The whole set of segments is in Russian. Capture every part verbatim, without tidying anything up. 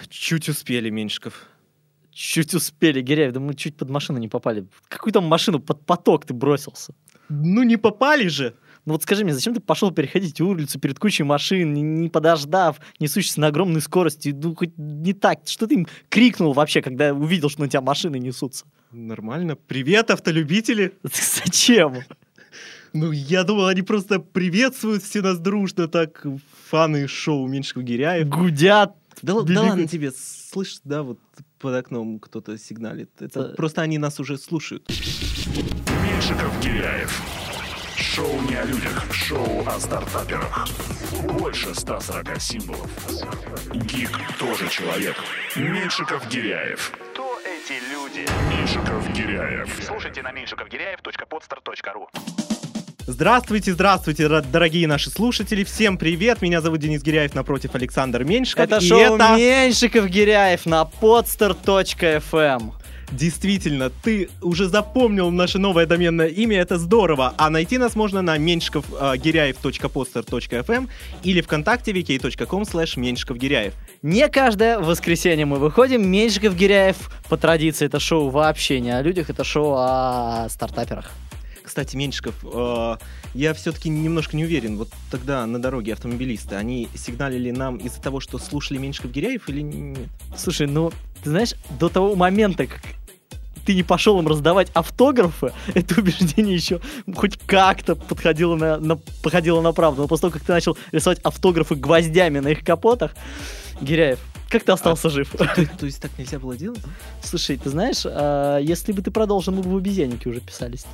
чуть успели, Меньшиков. Чуть успели, Гиряев, да мы чуть под машину не попали. Какую там машину под поток ты бросился? Ну не попали же. Ну вот скажи мне, зачем ты пошел переходить улицу перед кучей машин, не, не подождав, несущийся на огромной скорости? Ну хоть не так. Что ты им крикнул вообще, когда увидел, что на тебя машины несутся? Нормально. Привет, автолюбители. Зачем? Ну, я думал, они просто приветствуют все нас дружно, так фаны шоу Меньшиков-Гиряев. Гудят. Да, да ладно тебе, слышишь, да, вот под окном кто-то сигналит. Это да. Просто они нас уже слушают. Меньшиков-Гиряев. Шоу не о людях, шоу о стартаперах. Больше ста сорока символов. Гик тоже человек. Меньшиков-Гиряев. Кто эти люди? Меньшиков-Гиряев. Слушайте на меньшиков гиряев точка подстар точка ру. Здравствуйте, здравствуйте, дорогие наши слушатели. Всем привет, меня зовут Денис Гиряев, напротив Александр Меньшиков. Это шоу это... Меньшиков-Гиряев на подстар точка эф эм. Действительно, ты уже запомнил наше новое доменное имя, это здорово. А найти нас можно на меньшиков гиряев точка подстар точка эф эм или ВКонтакте ви кей точка ком слэш меньшиков-гиряев. Не каждое воскресенье мы выходим. Меньшиков-Гиряев, по традиции, это шоу вообще не о людях, это шоу о стартаперах. Кстати, Меньшиков, э, я все-таки немножко не уверен. Вот тогда на дороге автомобилисты, они сигналили нам из-за того, что слушали Меньшиков-Гиряев или нет? Слушай, ну, ты знаешь, до того момента, как ты не пошел им раздавать автографы, это убеждение еще хоть как-то подходило на, на, походило на правду. Но после того, как ты начал рисовать автографы гвоздями на их капотах, Гиряев, как ты остался а, жив? То, то есть так нельзя было делать? Слушай, ты знаешь, а, если бы ты продолжил, мы бы в обезьяннике уже писались.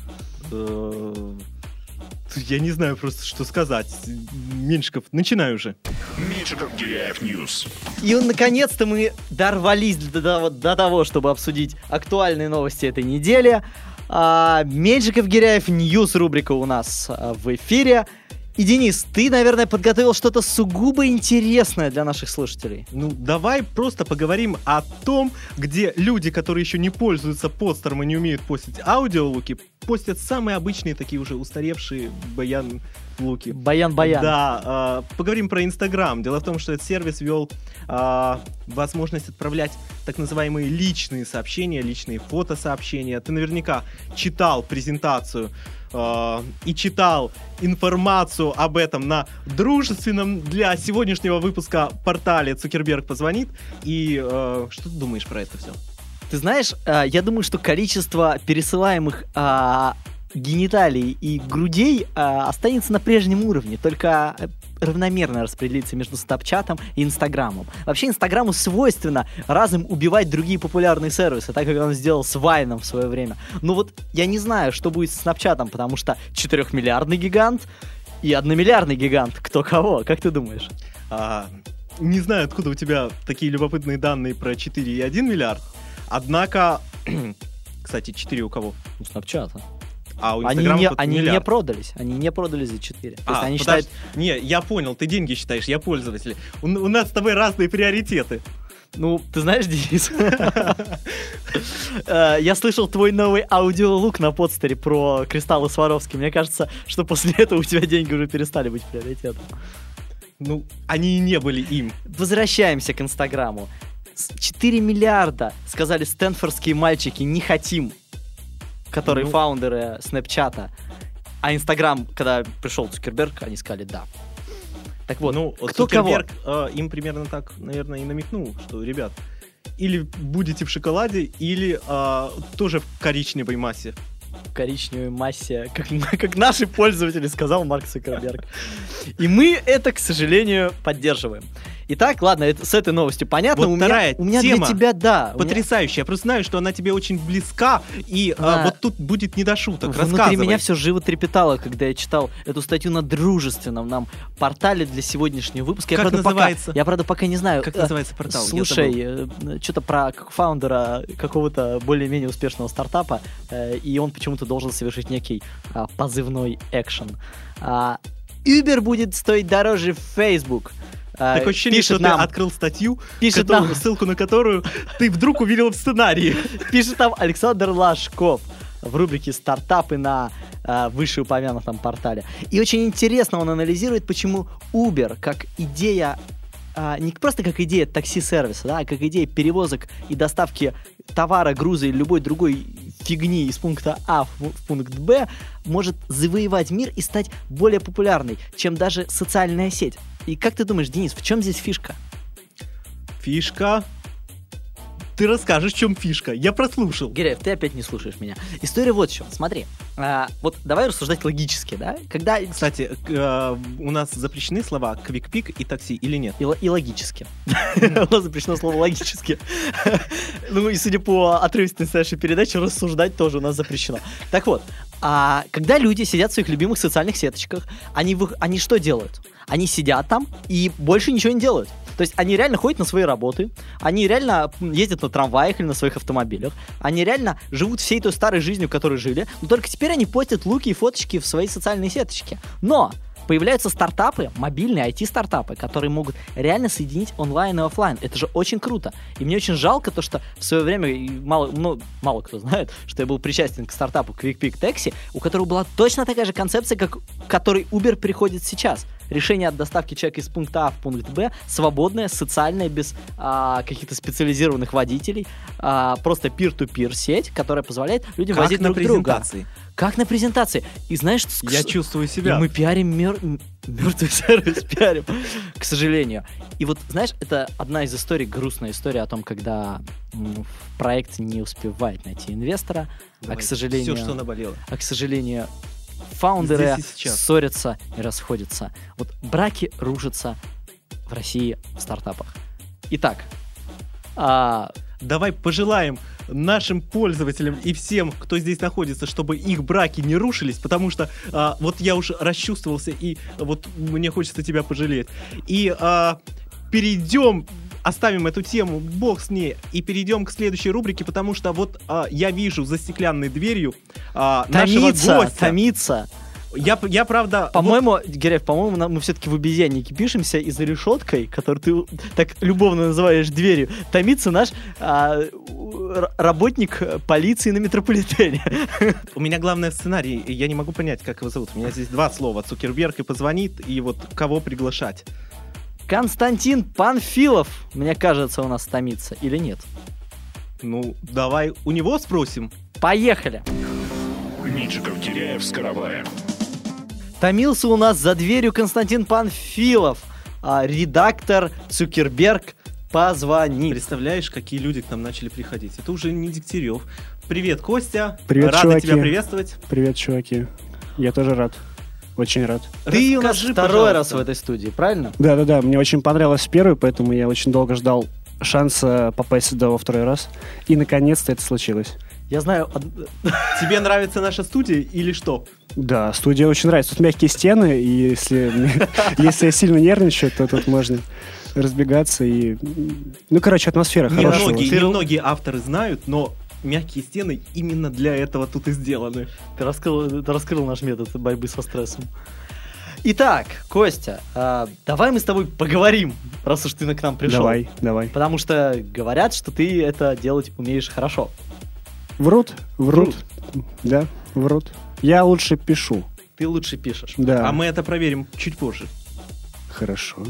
Я не знаю просто, что сказать. Меньшиков, начинай уже. Меньшиков-Гиряев Ньюс. И наконец-то мы дорвались до, до, до того, чтобы обсудить актуальные новости этой недели. А, Меньшиков-Гиряев Ньюс рубрика у нас а, в эфире. И, Денис, ты, наверное, подготовил что-то сугубо интересное для наших слушателей. Ну, давай просто поговорим о том, где люди, которые еще не пользуются подстером и не умеют постить аудиолуки, постят самые обычные такие уже устаревшие баян-луки. Баян-баян. Да, э, поговорим про Инстаграм. Дело в том, что этот сервис ввел э, возможность отправлять так называемые личные сообщения, личные фотосообщения. Ты наверняка читал презентацию Uh, и читал информацию об этом на дружественном для сегодняшнего выпуска портале «Цукерберг позвонит». И uh, что ты думаешь про это все? Ты знаешь, uh, я думаю, что количество пересылаемых uh, гениталий и грудей uh, останется на прежнем уровне, только равномерно распределится между Снапчатом и Инстаграмом. Вообще Инстаграму свойственно разом убивать другие популярные сервисы, так как он сделал с Вайном в свое время. Но вот я не знаю, что будет с Снапчатом, потому что четырехмиллиардный гигант и одномиллиардный гигант. Кто кого? Как ты думаешь? А, не знаю, откуда у тебя такие любопытные данные про четыре и один миллиард. Однако, кстати, четыре у кого? У Снапчата. А у они не, они не продались, они не продались за четыре. То а, есть они подожди, считают... Не, я понял, ты деньги считаешь, я пользователь. У, у нас с тобой разные приоритеты. Ну, ты знаешь, Денис, я слышал твой новый аудиолук на подстере про кристаллы Сваровски. Мне кажется, что после этого у тебя деньги уже перестали быть приоритетом. Ну, они и не были им. Возвращаемся к Инстаграму. четыре миллиарда, сказали стэнфордские мальчики, не хотим. Которые ну, фаундеры Снэпчата. А Инстаграм, когда пришел Цукерберг, они сказали да. Так вот, ну, кто Цукерберг кого? Э, им примерно так, наверное, и намекнул, что, ребят, или будете в шоколаде, или э, тоже в коричневой массе. В коричневой массе, как, как наши пользователи, сказал Марк Цукерберг. И мы это, к сожалению, поддерживаем. Итак, ладно, это, с этой новостью понятно. Вот у вторая меня, у меня тема для тебя, да. потрясающая. Меня... Я просто знаю, что она тебе очень близка, и да. а, вот тут будет не до шуток. Внутри меня все живо трепетало, когда я читал эту статью на дружественном нам портале для сегодняшнего выпуска. Как я, правда, называется? Пока, я, правда, пока не знаю. Как называется портал? Слушай, что-то про фаундера какого-то более-менее успешного стартапа, и он почему-то должен совершить некий а, позывной экшен. А, Uber будет стоить дороже Facebook. Такое ощущение, пишет что нам, ты открыл статью, пишет которую, нам, ссылку на которую ты вдруг увидел в сценарии. Пишет там Александр Ложков в рубрике «Стартапы» на э, вышеупомянутом портале. И очень интересно он анализирует, почему Uber, как идея а, не просто как идея такси-сервиса, да, а как идея перевозок и доставки товара, груза или любой другой фигни из пункта А в, в пункт Б может завоевать мир и стать более популярной, чем даже социальная сеть. И как ты думаешь, Денис, в чем здесь фишка? Фишка... Ты расскажешь, в чем фишка. Я прослушал. Гиряев, ты опять не слушаешь меня. История вот в чем. Смотри, а, вот давай рассуждать логически, да? Когда... Кстати, к- э, у нас запрещены слова квик-пик и такси или нет? И, л- и логически. У нас запрещено слово логически. Ну и судя по отрывистости нашей передачи, рассуждать тоже у нас запрещено. Так вот, а когда люди сидят в своих любимых социальных сеточках, они, вы- они что делают? Они сидят там и больше ничего не делают. То есть они реально ходят на свои работы, они реально ездят на трамваях или на своих автомобилях, они реально живут всей той старой жизнью, которой жили, но только теперь они постят луки и фоточки в свои социальные сеточки. Но появляются стартапы, мобильные ай ти-стартапы, которые могут реально соединить онлайн и офлайн. Это же очень круто. И мне очень жалко то, что в свое время, и мало, ну, мало кто знает, что я был причастен к стартапу QuickPick Taxi, у которого была точно такая же концепция, как к которой Uber приходит сейчас. Решение от доставки человека из пункта А в пункт Б свободное, социальное, без а, каких-то специализированных водителей, а, просто peer-to-peer сеть, которая позволяет людям Как возить на друг друга. презентации. Как на презентации. И знаешь, что... Я чувствую И себя. мы пиарим мер- мертвый сервис, пиарим, к сожалению. И вот, знаешь, это одна из историй, грустная история о том, когда м, проект не успевает найти инвестора, а, Давай, к сожалению... Все, что наболело. А, к сожалению, фаундеры Здесь и сейчас. ссорятся и расходятся. Вот браки рушатся в России в стартапах. Итак, а, Давай пожелаем нашим пользователям и всем, кто здесь находится, чтобы их браки не рушились, потому что а, вот я уже расчувствовался, и вот мне хочется тебя пожалеть. И а, перейдем, оставим эту тему, бог с ней, и перейдем к следующей рубрике, потому что вот а, я вижу за стеклянной дверью а, нашего томится, гостя. томится. Я, я правда... По-моему, Гиряев, по-моему, на- мы все-таки в обезьяннике пишемся, и за решеткой, которую ты так любовно называешь дверью, томится наш а, у- р- работник полиции на метрополитене. У меня главный сценарий, и я не могу понять, как его зовут. У меня здесь два слова. Цукерберг и позвонит, и вот кого приглашать. Константин Панфилов, мне кажется, у нас томится, или нет? Ну, давай у него спросим. Поехали! Меньшиков, Киряев, Скоровая. Томился у нас за дверью Константин Панфилов, а, редактор Цукерберг позвонит. Представляешь, какие люди к нам начали приходить. Это уже не Дегтярев. Привет, Костя. Привет, Рада чуваки. тебя приветствовать. Привет, чуваки. Я тоже рад. Очень рад. Ты у нас Расскажи, второй пожалуйста. раз в этой студии, правильно? Да-да-да, мне очень понравилось в первый, поэтому я очень долго ждал шанса попасть сюда во второй раз. И, наконец-то, это случилось. Я знаю... од- Тебе нравится наша студия или что? Да, студия очень нравится. Тут мягкие стены, и если, если я сильно нервничаю, то тут можно разбегаться и... Ну, короче, атмосфера хорошая. Немногие, Ты- немногие авторы знают, но мягкие стены именно для этого тут и сделаны. Ты раскрыл, ты раскрыл наш метод борьбы со стрессом. Итак, Костя, а, давай мы с тобой поговорим, раз уж ты к нам пришел. Давай, давай. Потому что говорят, что ты это делать умеешь хорошо. Врут? Врут. Да, врут. Я лучше пишу. Ты лучше пишешь. Да, А мы это проверим чуть позже. хорошо.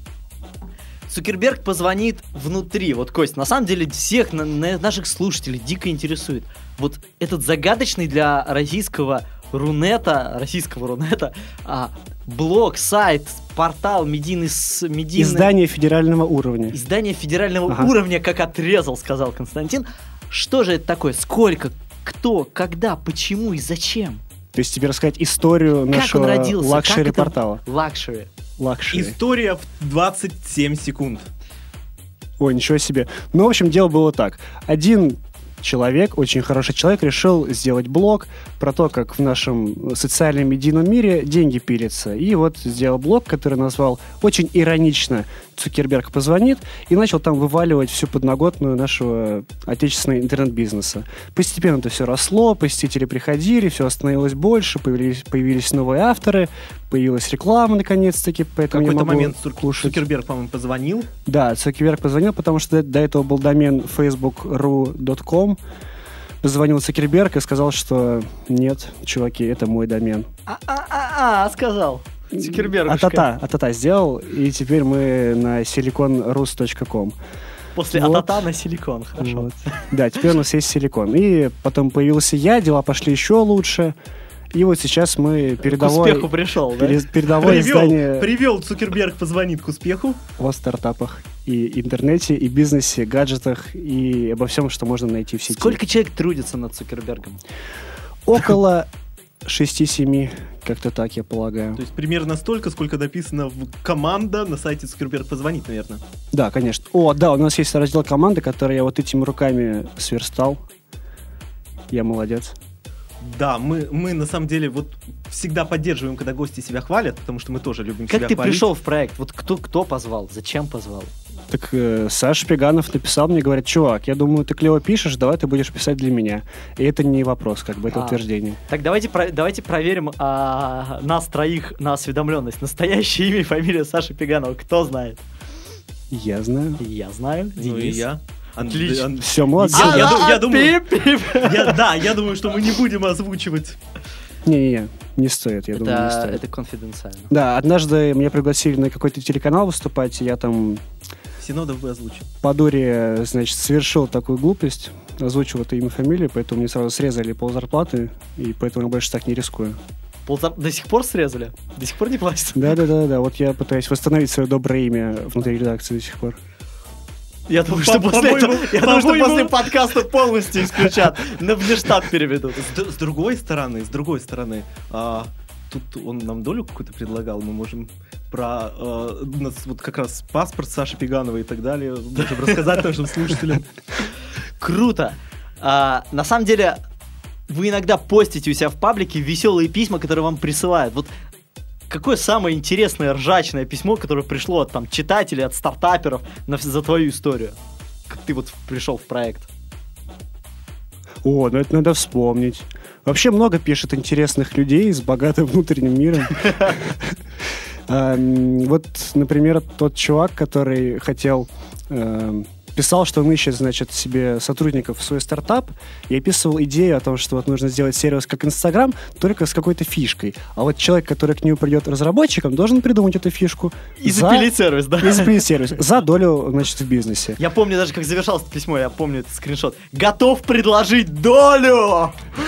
Цукерберг позвонит внутри. Вот, Кость, на самом деле всех на- на- наших слушателей дико интересует. Вот этот загадочный для российского Рунета, российского Рунета, а, блог, сайт, портал, медийный... с- медийный... Издание федерального уровня. Издание федерального Ага. уровня, как отрезал, сказал Константин. Что же это такое? Сколько? Кто? Когда? Почему и зачем? То есть тебе рассказать историю Как нашего он родился? Как лакшери это- портала. Лакшери. Лакшери. История в двадцать семь секунд. Ой, ничего себе. Ну, в общем, дело было так. Один человек, очень хороший человек, решил сделать блог про то, как в нашем социальном медийном мире деньги пилятся. И вот сделал блог, который назвал очень иронично «Цукерберг позвонит», и начал там вываливать всю подноготную нашего отечественного интернет-бизнеса. Постепенно это все росло, посетители приходили, все становилось больше, появились, появились новые авторы, появилась реклама наконец-таки, В поэтому я какой-то могу момент Цук- кушать. Цукерберг, по-моему, позвонил. Да, Цукерберг позвонил, потому что до, до этого был домен фейсбук точка ру точка ком. Позвонил Цукерберг и сказал, что нет, чуваки, это мой домен. А-а-а, сказал. Цукербергушка. Атата, Атата сделал, и теперь мы на силикон рус точка ком. После Вот. Атата на силикон, хорошо. Вот. Да, теперь у нас есть силикон. И потом появился я, дела пошли еще лучше. И вот сейчас мы К передовой, успеху пришел, да? пере- передовое Привел, издание привел Цукерберг позвонит к успеху. о стартапах и интернете, и бизнесе, гаджетах, и обо всем, что можно найти в сети. Сколько человек трудится над Цукербергом? Около шести-семи, как-то так, я полагаю. То есть примерно столько, сколько написано в команда на сайте Цукерберг позвонит, наверное. Да, конечно. О, да, у нас есть раздел команды, который я вот этими руками сверстал. Я молодец. Да, мы, мы на самом деле вот всегда поддерживаем, когда гости себя хвалят, потому что мы тоже любим Как себя ты хвалить. пришел в проект? Вот кто, кто позвал? Зачем позвал? Так э, Саша Пеганов написал мне, говорит, чувак, я думаю, ты клево пишешь, давай ты будешь писать для меня. И это не вопрос, как бы, это А. утверждение. Так давайте, про- давайте проверим а, нас троих на осведомленность. Настоящее имя и фамилия Саши Пеганова. Кто знает? Я знаю. Я знаю. Ну и Денис. я. Ан- Отлично. Ан- Все, молодцы. Я- я ду- я думаю- пип-пип. я- да, я думаю, что мы не будем озвучивать. Не-не-не, не стоит, я думаю, не Это, стоит. это конфиденциально. Да, однажды меня пригласили на какой-то телеканал выступать, и я там Синодов бы озвучил. по дуре, значит, совершил такую глупость, озвучил это имя, фамилию, поэтому мне сразу срезали ползарплаты, и поэтому я больше так не рискую. Ползар- До сих пор срезали? До сих пор не платят? Да-да-да, вот я пытаюсь восстановить свое доброе имя внутри редакции до сих пор. Я думаю, что По- после по-моему- этого, я думаю, что по-моему- после подкаста полностью исключат. На внештат переведут. С, д- с другой стороны, с другой стороны, а, тут он нам долю какую-то предлагал, мы можем про а, у нас вот как раз паспорт Саши Пеганова и так далее можем рассказать нашим слушателям. Круто. А, на самом деле, вы иногда постите у себя в паблике веселые письма, которые вам присылают. Вот какое самое интересное ржачное письмо, которое пришло от там читателей, от стартаперов на, за твою историю? Как ты вот пришел в проект? О, ну это надо вспомнить. Вообще много пишет интересных людей с богатым внутренним миром. А, м, Вот, например, тот чувак, который хотел... эм, писал, что он ищет, значит, себе сотрудников в свой стартап, и описывал идею о том, что вот нужно сделать сервис как Инстаграм, только с какой-то фишкой. А вот человек, который к нему придет разработчиком, должен придумать эту фишку. И за- запилить сервис, да? И запилить сервис. За долю, значит, в бизнесе. Я помню даже, как завершалось это письмо, я помню этот скриншот. Готов предложить долю!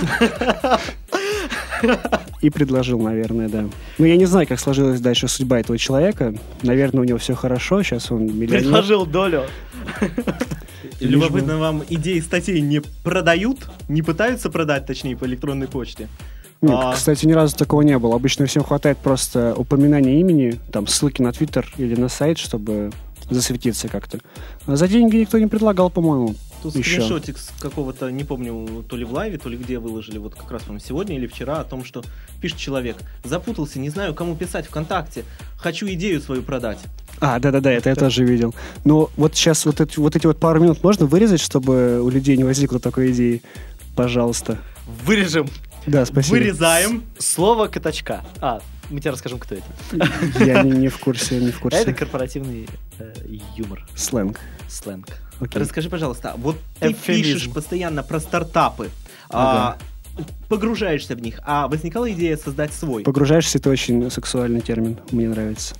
И предложил, наверное, да. Ну, я не знаю, как сложилась дальше судьба этого человека. Наверное, у него все хорошо, сейчас он миллионер. Предложил долю. Любопытно, вам идеи статей не продают, не пытаются продать, точнее, по электронной почте. Нет, А. кстати, ни разу такого не было. Обычно всем хватает просто упоминания имени, там, ссылки на Твиттер или на сайт, чтобы засветиться как-то. А за деньги никто не предлагал, по-моему. Тут Еще. скриншотик с какого-то, не помню, то ли в лайве, то ли где выложили, вот как раз, по-моему, сегодня или вчера, о том, что пишет человек: запутался, не знаю, кому писать ВКонтакте, хочу идею свою продать. А, да-да-да, это я тоже видел. Но вот сейчас вот эти, вот эти вот пару минут можно вырезать, чтобы у людей не возникло такой идеи? Пожалуйста. Вырежем. Да, спасибо. Вырезаем. Слово «катачка». А, мы тебе расскажем, кто это. Я не, не в курсе, не в курсе. Это корпоративный э, юмор, Сленг. сленг. Окей. Расскажи, пожалуйста, вот ты Эвфемизм. пишешь постоянно про стартапы, а, погружаешься в них, а возникала идея создать свой? Погружаешься, это очень сексуальный термин, мне нравится.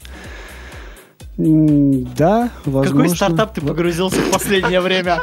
М, Да, возможно. Какой стартап ты погрузился в последнее время?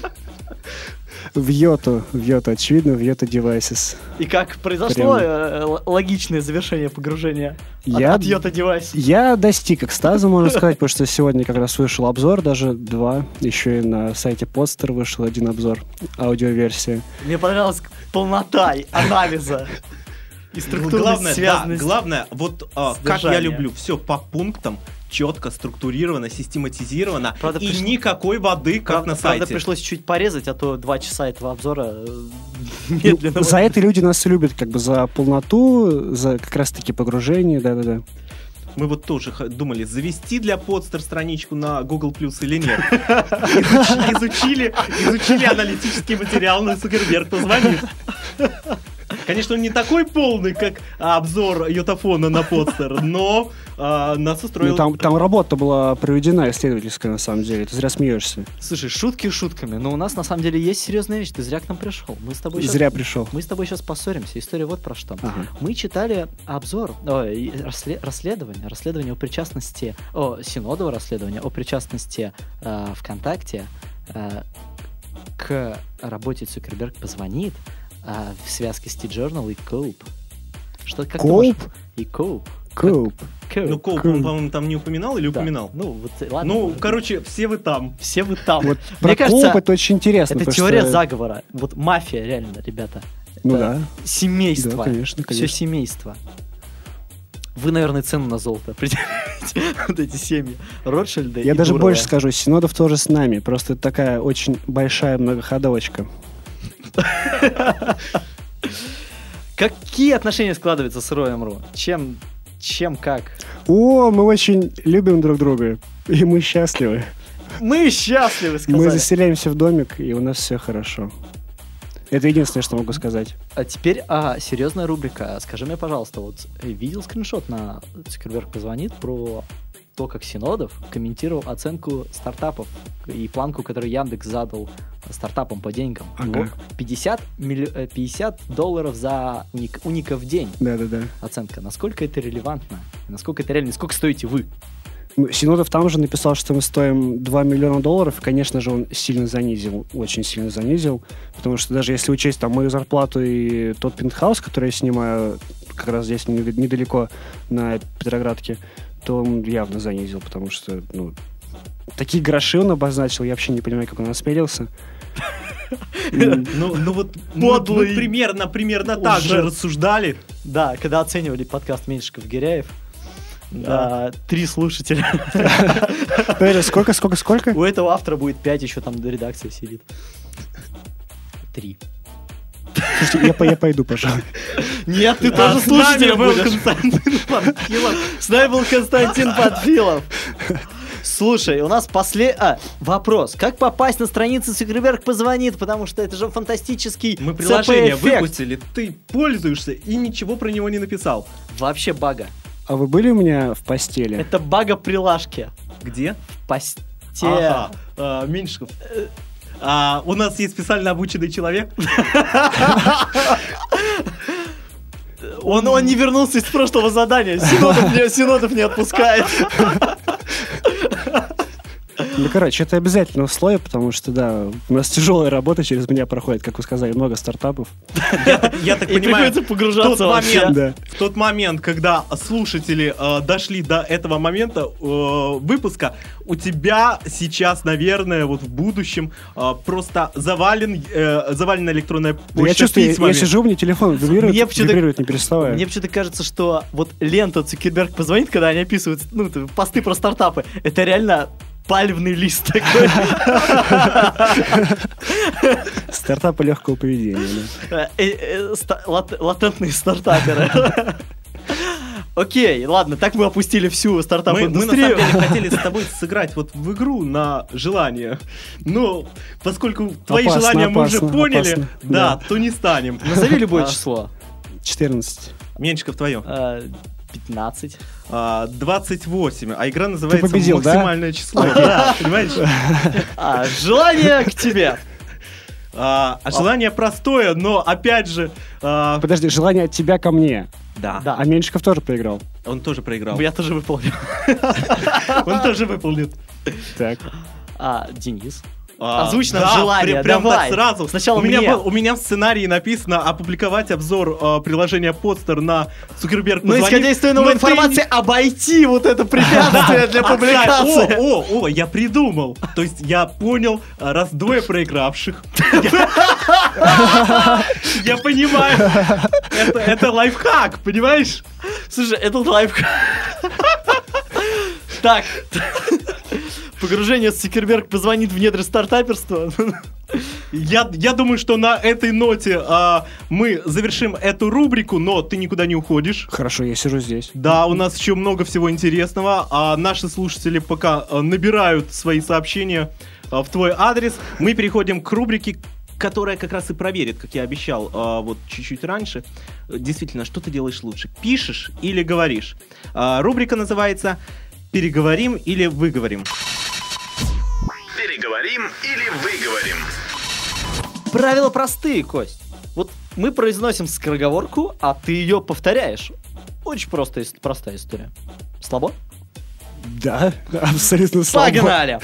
В Йоту, в Йоту, очевидно, в Йота Devices. И как произошло Прям. э, л- логичное завершение погружения от- Я- от Йота Девайс? Я достиг экстаза, можно сказать, потому что сегодня как раз вышел обзор, даже два. Еще и на сайте Podster вышел один обзор, аудиоверсия. Мне понравилась полнота и анализа и структурность, Главное, да, связанность. главное, вот а, как я Содержание. люблю, все по пунктам, четко, структурировано, систематизировано, Правда, и пришло- никакой воды, как Правда, на правда, сайте. пришлось чуть порезать, а то два часа этого обзора э, Ну, медленно. за это люди нас и любят, как бы за полноту, за как раз-таки погружение, да-да-да. Мы вот тоже х- думали, завести для Podster страничку на Google Plus или нет. Изучи- Изучили, изучили аналитический материал, на Цукерберг позвонит. Конечно, он не такой полный, как обзор йотафона на подстер, но а, нас устроил... Ну, там, там работа была проведена исследовательская, на самом деле. Ты зря смеешься. Слушай, шутки шутками, но у нас на самом деле есть серьезная вещь. Ты зря к нам пришел. Мы с тобой Зря сейчас... пришел. Мы с тобой сейчас поссоримся. История вот про что. Ага. Мы читали обзор, ой, рассле- расследование, расследование о причастности, о синодовое расследование о причастности э, ВКонтакте э, к работе Цукерберг позвонит э, в связке с T-Journal и Cope. Что, как ты Cope? можешь- И Cope. Коуп. Cope. Ну, Коуп, Круто. он, по-моему, там не упоминал или Да. упоминал? Ну, вот, ладно. Ну, короче, все вы там. все вы там. Вот Мне про кажется, Коуп это очень интересно. это потому теория что- заговора. Вот мафия, реально, ребята. Ну Это да. Семейство. Да, конечно, Все конечно. семейство. Вы, наверное, цену на золото определяете. Вот эти семьи. Ротшильды Я и даже Дуровы. больше скажу, Синодов тоже с нами. Просто это такая очень большая многоходовочка. Какие отношения складываются с Роем.ру? Чем, чем, как? О, мы очень любим друг друга. И мы счастливы. Мы счастливы, Мы сказали. заселяемся в домик, и у нас все хорошо. Это единственное, что могу сказать. А теперь а, серьезная рубрика. Скажи мне, пожалуйста, вот э, видел скриншот на Цукерберг позвонит про то, как Синодов комментировал оценку стартапов и планку, которую Яндекс задал стартапам по деньгам. Ага. Вот пятьдесят, милли- э, пятьдесят долларов за уник, уника в день Да-да-да. оценка. Насколько это релевантно? Насколько это реально? Сколько стоите вы? Ну, Синодов там же написал, что мы стоим два миллиона долларов. Конечно же, он сильно занизил, очень сильно занизил. Потому что даже если учесть там мою зарплату и тот пентхаус, который я снимаю как раз здесь нед- недалеко на Петроградке, то он явно занизил, потому что, ну, такие гроши он обозначил, я вообще не понимаю, как он осмелился. Ну, ну вот мы, Подлый. мы примерно, примерно так Уже. же рассуждали. Да, когда оценивали подкаст Меньшиков-Гиряев, Да. да, три слушателя. Подожди, сколько, сколько, сколько? У этого автора будет пять, еще там до редакции сидит. Три. Слушайте, я, по- я пойду, пожалуй. Нет, ты А тоже с нами слушателем был будешь. Константин Панфилов. С нами был Константин Подфилов. Слушай, у нас после... А, вопрос. Как попасть на страницу Цукерберг позвонит? Потому что это же фантастический Мы приложение цэ пэ эффект. выпустили, ты пользуешься и ничего про него не написал. Вообще бага. А вы были у меня в постели? Это бага прилажки. Где? В посте. Ага, а, Меньшиков. А, у нас есть специально обученный человек. Он, он не вернулся из прошлого задания. Синодов не, Синодов не отпускает. Ну, короче, это обязательное условие, потому что, да, у нас тяжелая работа через меня проходит, как вы сказали, много стартапов. Я так, я так И понимаю, приходится в погружаться тот, вообще. момент, Да. в тот момент, когда слушатели э, дошли до этого момента э, выпуска, у тебя сейчас, наверное, вот в будущем э, просто завален, э, завалена электронная почта Да я чувствую, я, письмами. я сижу, мне телефон вибрирует, Мне почему-то- вибрирует, не переставая. Мне почему-то кажется, что вот лента Цукерберг позвонит, когда они описывают ну, т- посты про стартапы. Это реально пальмный лист такой. Стартапы легкого поведения. Да. Э, э, ста- лат- Латентные стартаперы. Окей, ладно, так мы опустили всю мы, мы на самом стартап-индустрию. деле хотели с тобой сыграть вот в игру на желание. Но поскольку твои Опасно, желания мы уже опасно, поняли, опасно. да, Да. то не станем. Назови любое А, число. четырнадцать. Меньшиков твое. Э, пятнадцать. А, двадцать восемь. А игра называется победил, да? «Максимальное число». Да, понимаешь? А, желание к тебе. А, а желание простое, но опять же... а, Подожди, желание от тебя ко мне. Да, Да. А Меньшиков тоже проиграл. он тоже проиграл. Я тоже выполнил. Он тоже выполнит. Так. А, Денис. А, Озвучь нам да, желание, при- прям давай. так сразу. Сначала у меня, мне. был- у меня в сценарии написано опубликовать обзор э, приложения Podster на Цукерберг Но позвонит. исходя из той новой Но ты информации, обойти вот это препятствие для А, кстати, публикации. О, о, о, я придумал. То есть я понял, а, раз двое проигравших. Я понимаю. Это- Это лайфхак, понимаешь? Слушай, этот лайфхак. Так. Погружение с Цукерберг позвонит в недры стартаперства. Я, я думаю, что на этой ноте а, мы завершим эту рубрику, но ты никуда не уходишь. Хорошо, я сижу здесь. Да, у нас еще много всего интересного, а наши слушатели пока а, набирают свои сообщения а, в твой адрес. Мы переходим к рубрике, которая как раз и проверит, как я обещал а, вот чуть-чуть раньше, действительно, что ты делаешь лучше, пишешь или говоришь. А, рубрика называется «Переговорим или выговорим». Переговорим или выговорим. Правила простые, Кость. Вот мы произносим скороговорку, а ты ее повторяешь. Очень просто, простая история. Слабо? Да, абсолютно слабо. Погнали!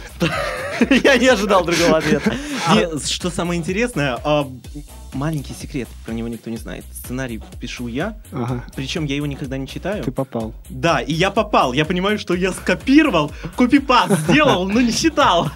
Я не ожидал другого ответа. А, что самое интересное, а, маленький секрет, про него никто не знает. Сценарий пишу я, Ага, причем я его никогда не читаю. ты попал. Да, и я попал. Я понимаю, что я скопировал, копипаст сделал, но не читал.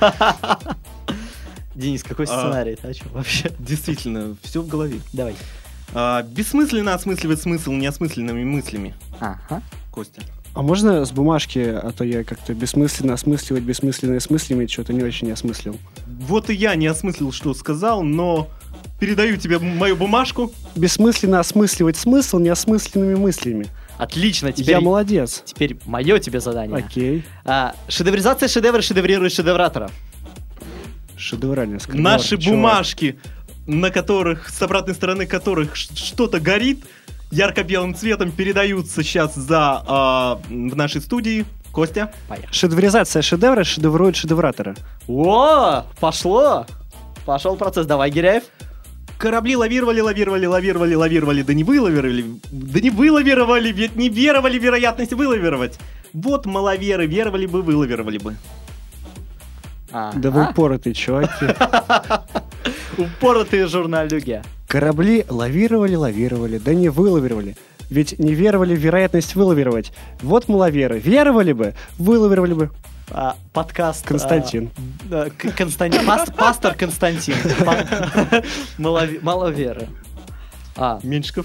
Денис, какой сценарий? Ты о чем вообще? Действительно, все в голове. Давай. А, бессмысленно осмысливать смысл неосмысленными мыслями. Ага. Костя. А можно с бумажки, а то я как-то бессмысленно осмысливать бессмысленное с мыслями, что-то не очень осмыслил. Вот и я не осмыслил, что сказал, но передаю тебе мою бумажку. Бессмысленно осмысливать смысл неосмысленными мыслями. Отлично, теперь... Я молодец. Теперь мое тебе задание. Окей. А, шедевризация шедевра шедеврирует шедевратора. Шедевральная скороговорка. Наши чувак. бумажки, на которых, с обратной стороны которых ш- что-то горит, ярко-белым цветом передаются сейчас за а, в нашей студии. Костя. Поехали. Шедевризация шедевра шедеврует шедевратора. О, пошло! Пошел процесс. Давай, Гиряев. Корабли лавировали, лавировали, лавировали, лавировали, да не вылавировали, да не вылавировали, ведь не веровали в вероятность вылавировать. Вот маловеры, веровали бы, вылавировали бы. А, Да вы упоротые чуваки. упоротые журналюги. Корабли лавировали, лавировали, да не вылавировали. Ведь не веровали в вероятность вылавировать. Вот маловеры. Веровали бы, вылавировали бы. А, подкаст. Константин. а, да, К- Константин. Пас- Пастор Константин. Па- малове- Маловеры. А, Меньшиков.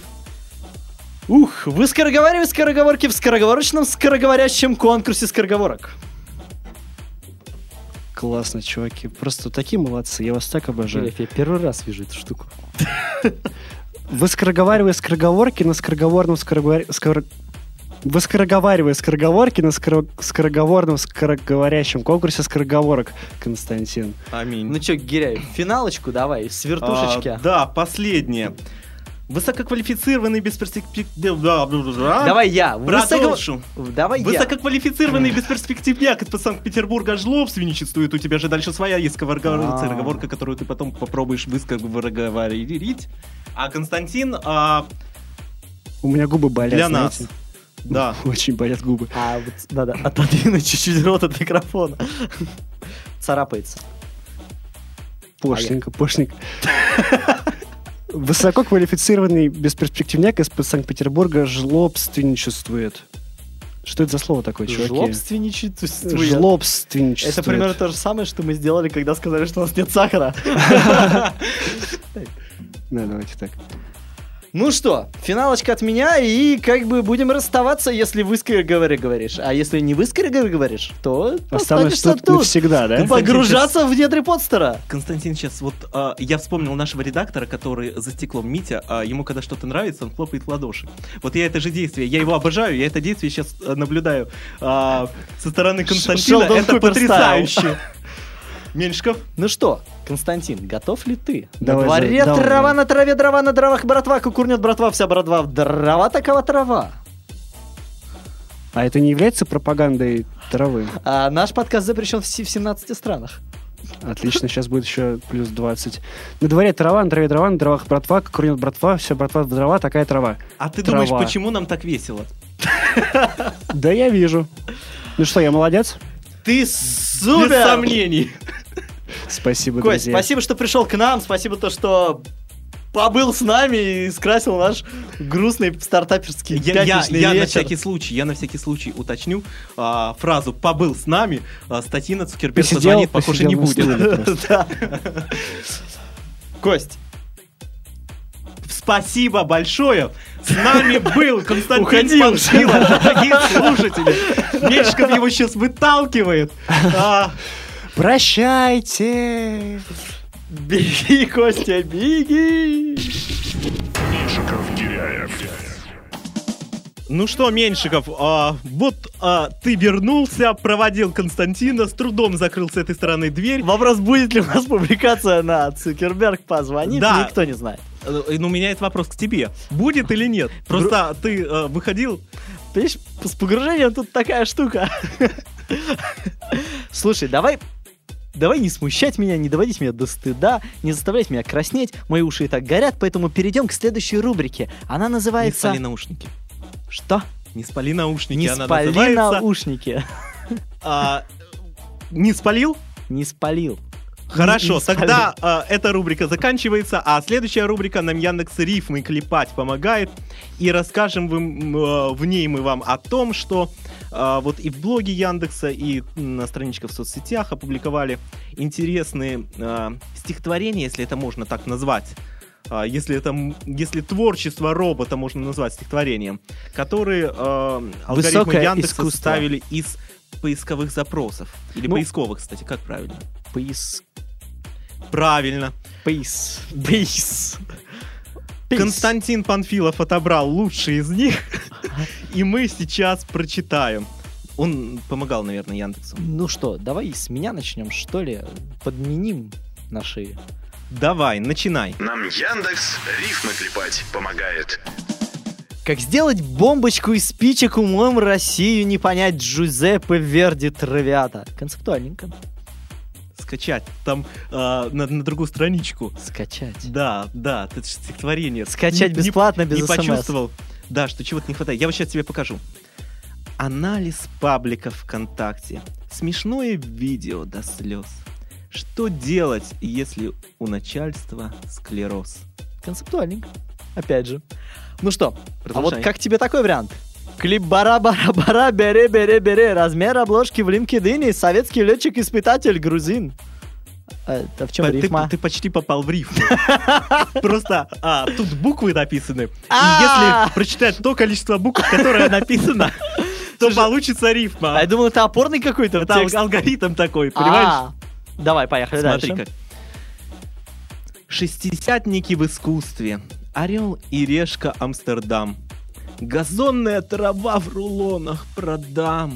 ух, вы скороговорили скороговорки в скороговорочном скороговорящем конкурсе скороговорок. Классно, чуваки. Просто такие молодцы. Я вас так обожаю. Гиряев, я первый раз вижу эту штуку. Вы скороговаривая скороговорки на скороговорном скороговар... скоро... Вы скороговаривая скороговорки на скоро... скороговорном скороговорящем конкурсе скороговорок, Константин. Аминь. Ну чё, Гиряев, финалочку давай, с вертушечки. А, да, последнее. Высококвалифицированный бесперспективный... Давай я. Продолжу. Высоко- Давай я. Высококвалифицированный бесперспективняк из Санкт-Петербурга жлобственничествует. У тебя же дальше своя есть скороговорка, А. скороговорка, которую ты потом попробуешь выговорить. А Константин а, У меня губы болят, для нас. знаете? Да. Очень болят губы. А вот надо отодвинуть чуть-чуть рот от микрофона. Царапается. Пошленько, пошленько. Высококвалифицированный бесперспективняк из Санкт-Петербурга жлобственничествует. Что это за слово такое, чуваки? Жлобственничествует. Жлобственничествует. Это примерно то же самое, что мы сделали, когда сказали, что у нас нет сахара. Да, давайте так. Ну что, финалочка от меня, и как бы будем расставаться, если вы скороговоре говоришь. А если не вы скороговоре говоришь, то Останусь останешься тут тут. навсегда, да? Погружаться в недри подстера. Константин, сейчас вот а, я вспомнил нашего редактора, который за стеклом Митя, а ему когда что-то нравится, он хлопает в ладоши. Вот я это же действие, я его обожаю, я это действие сейчас наблюдаю а, со стороны Константина. Шелдон Это Купер потрясающе. Меньшиков. Ну что, Константин, готов ли ты? Давай, на дворе давай, трава давай. на траве, дрова на дровах, братва, кукурнет, братва, вся братва, дрова такова трава. А это не является пропагандой травы? А наш подкаст запрещен в се- в семнадцати странах. Отлично, сейчас будет еще плюс двадцать. На дворе трава, на траве дрова, на дровах братва, курнет братва, все братва в дрова, такая трава. А ты Трава. думаешь, почему нам так весело? Да я вижу. Ну что, я молодец? Ты Без супер! сомнений. Спасибо, Кость, друзья. спасибо, что пришел к нам, спасибо то, что побыл с нами и скрасил наш грустный стартаперский Я, я- пятничный я на вечер. всякий случай, я на всякий случай уточню а, фразу «побыл с нами», а, статьи на Цукерберг Посидел- позвонит, похоже, посидел не на будет. стуле просто. Да. Кость, Спасибо большое. С нами был Константин Уходи уже. Панфилов, дорогие слушатели. Меньшиков его сейчас выталкивает. А, Прощайте! беги, Костя, беги! Меньшиков, Гиряев. Ну что, Меньшиков, а, вот а, ты вернулся, проводил Константина, с трудом закрыл с этой стороны дверь. Вопрос, будет ли у нас публикация на Цукерберг позвонит, Да. никто не знает. Э, Ну, у меня есть вопрос к тебе. Будет или нет? Просто ты э, выходил... Понимаешь, с погружением тут такая штука. Слушай, давай... Давай не смущать меня, не доводить меня до стыда, не заставлять меня краснеть. Мои уши и так горят, поэтому перейдем к следующей рубрике. Она Не называется... спали наушники. Что? Не спали наушники, Не она спали называется... наушники. а, не спалил? Не спалил. Хорошо, не спалил. тогда а, эта рубрика заканчивается, а следующая рубрика нам Яндекс рифмы клепать помогает. И расскажем в, м, э, в ней мы вам о том, что а, вот и в блоге Яндекса, и на страничках в соцсетях опубликовали интересные а, стихотворения, если это можно так назвать. А, если, это, м- если творчество робота можно назвать стихотворением, которые а, алгоритмы Высокое Яндекса искусство. ставили из поисковых запросов. Или Ну, поисковых, кстати, как правильно? Поис... Правильно. Поис... Поис... Пис. Константин Панфилов отобрал лучшие из них, и мы сейчас прочитаем. Он помогал, наверное, Яндексу. Ну что, давай с меня начнем, что ли? Подменим наши... Давай, начинай. Нам Яндекс рифмы клепать помогает. Как сделать бомбочку из спичек умом Россию не понять Джузеппе Верди Травиата. Концептуальненько. Скачать там а, на, на другую страничку. Скачать. Да, да, это же стихотворение. Скачать Не- не- бесплатно, без Не смс. почувствовал, да, что чего-то не хватает. Я вот сейчас тебе покажу. Анализ паблика ВКонтакте. Смешное видео до слез. Что делать, если у начальства склероз? Концептуальненько. Опять же. Ну что, а Продолжай. вот как тебе такой вариант? Клип бара-бара-бара, бере-бере-бере, размер обложки в LinkedIn, советский летчик-испытатель грузин. А, Это в чем По- ты, рифма? ты почти попал в рифму. Просто а, тут буквы написаны. И А! если прочитать то количество букв, которое написано, то получится рифма. А я думал, это опорный какой-то Это текст. алгоритм такой, понимаешь? А, Давай, поехали Смотри дальше. как. Шестидесятники в искусстве. Орел и решка Амстердам. Газонная трава в рулонах продам.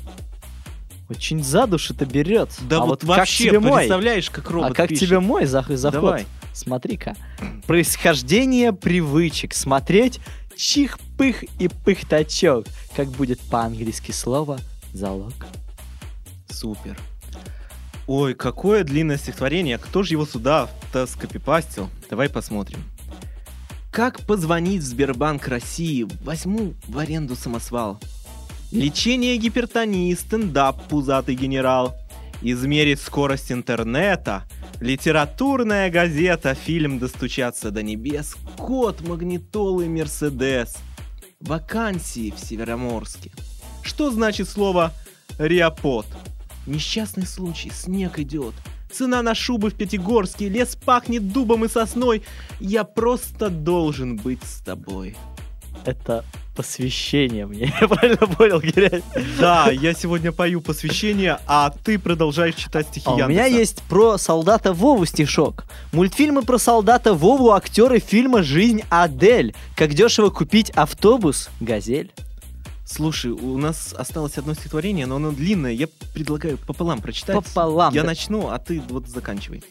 Очень за душу-то берет. Да а вот вот как вообще, тебе мой? представляешь, как робот А как пишет? тебе мой зах- заход? Давай. Смотри-ка. Происхождение привычек. Смотреть чих-пых и пых-тачок. Как будет по-английски слово залог. Супер. Ой, какое длинное стихотворение. Кто же его сюда-то скопипастил? Давай посмотрим. Как позвонить в Сбербанк России? Возьму в аренду самосвал. Лечение гипертонии, стендап, пузатый генерал. Измерить скорость интернета. Литературная газета, фильм «Достучаться до небес». Код магнитолы Мерседес. Вакансии в Североморске. Что значит слово «реопод»? Несчастный случай, снег идет. Цена на шубы в Пятигорске, лес пахнет дубом и сосной. Я просто должен быть с тобой. Это посвящение мне. Я правильно понял, Гиряй? Да, я сегодня пою посвящение, а ты продолжаешь читать стихи А у Яндекса. меня есть про солдата Вову стишок. Мультфильмы про солдата Вову, актеры фильма «Жизнь Адель». Как дешево купить автобус «Газель». Слушай, у нас осталось одно стихотворение, но оно длинное. Я предлагаю пополам прочитать. Пополам. Я Да. начну, а ты вот заканчивай.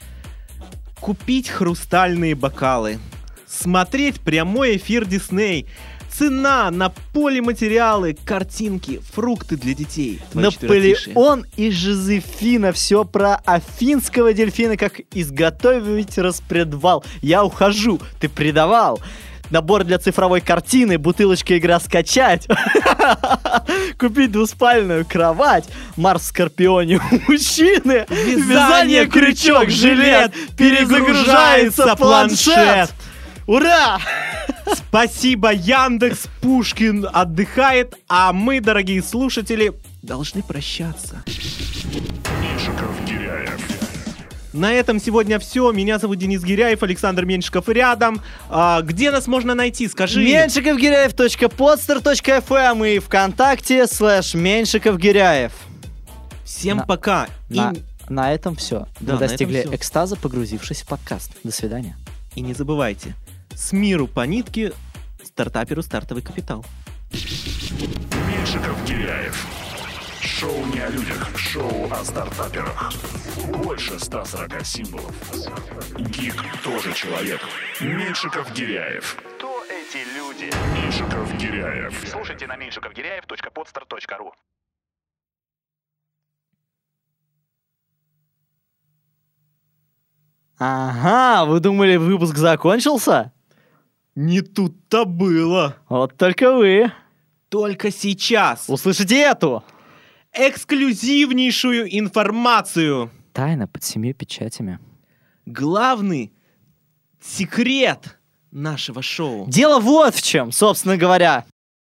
Купить хрустальные бокалы. Смотреть прямой эфир Дисней. Цена на полиматериалы, картинки, фрукты для детей. Твои четверостишие. Наполеон и Жозефина. Все про афинского дельфина, как изготовить распредвал. Я ухожу, ты предавал. Набор для цифровой картины, бутылочка игра скачать. Купить двуспальную кровать. Марс в Скорпионе у мужчины. Вязание, крючок, жилет. Перезагружается планшет. Ура! Спасибо, Яндекс, Пушкин отдыхает, а мы, дорогие слушатели, должны прощаться. Меньшиков, Гиряев. На этом сегодня все. Меня зовут Денис Гиряев, Александр Меньшиков рядом. А, где нас можно найти? Скажи. меньшиковгиряев точка подстер точка эф эм и ВКонтакте слэш Меньшиковгиряев. Всем На- пока. И- На, на этом все. Да, Мы на достигли этом всё. экстаза, погрузившись в подкаст. До свидания. И не забывайте, с миру по нитке, стартаперу стартовый капитал. Меньшиков Гиряев. Шоу не о людях, шоу о стартаперах. Больше ста сорока символов. Гик тоже человек. Меньшиков Гиряев. Кто эти люди? Меньшиков Гиряев. Слушайте на меньшиков гиряев точка подстар точка ру. Ага, вы думали, выпуск закончился? Не тут-то было. Вот только вы. Только сейчас. Услышите эту. Эксклюзивнейшую информацию. Тайна под семью печатями. Главный секрет нашего шоу. Дело вот в чем, собственно говоря.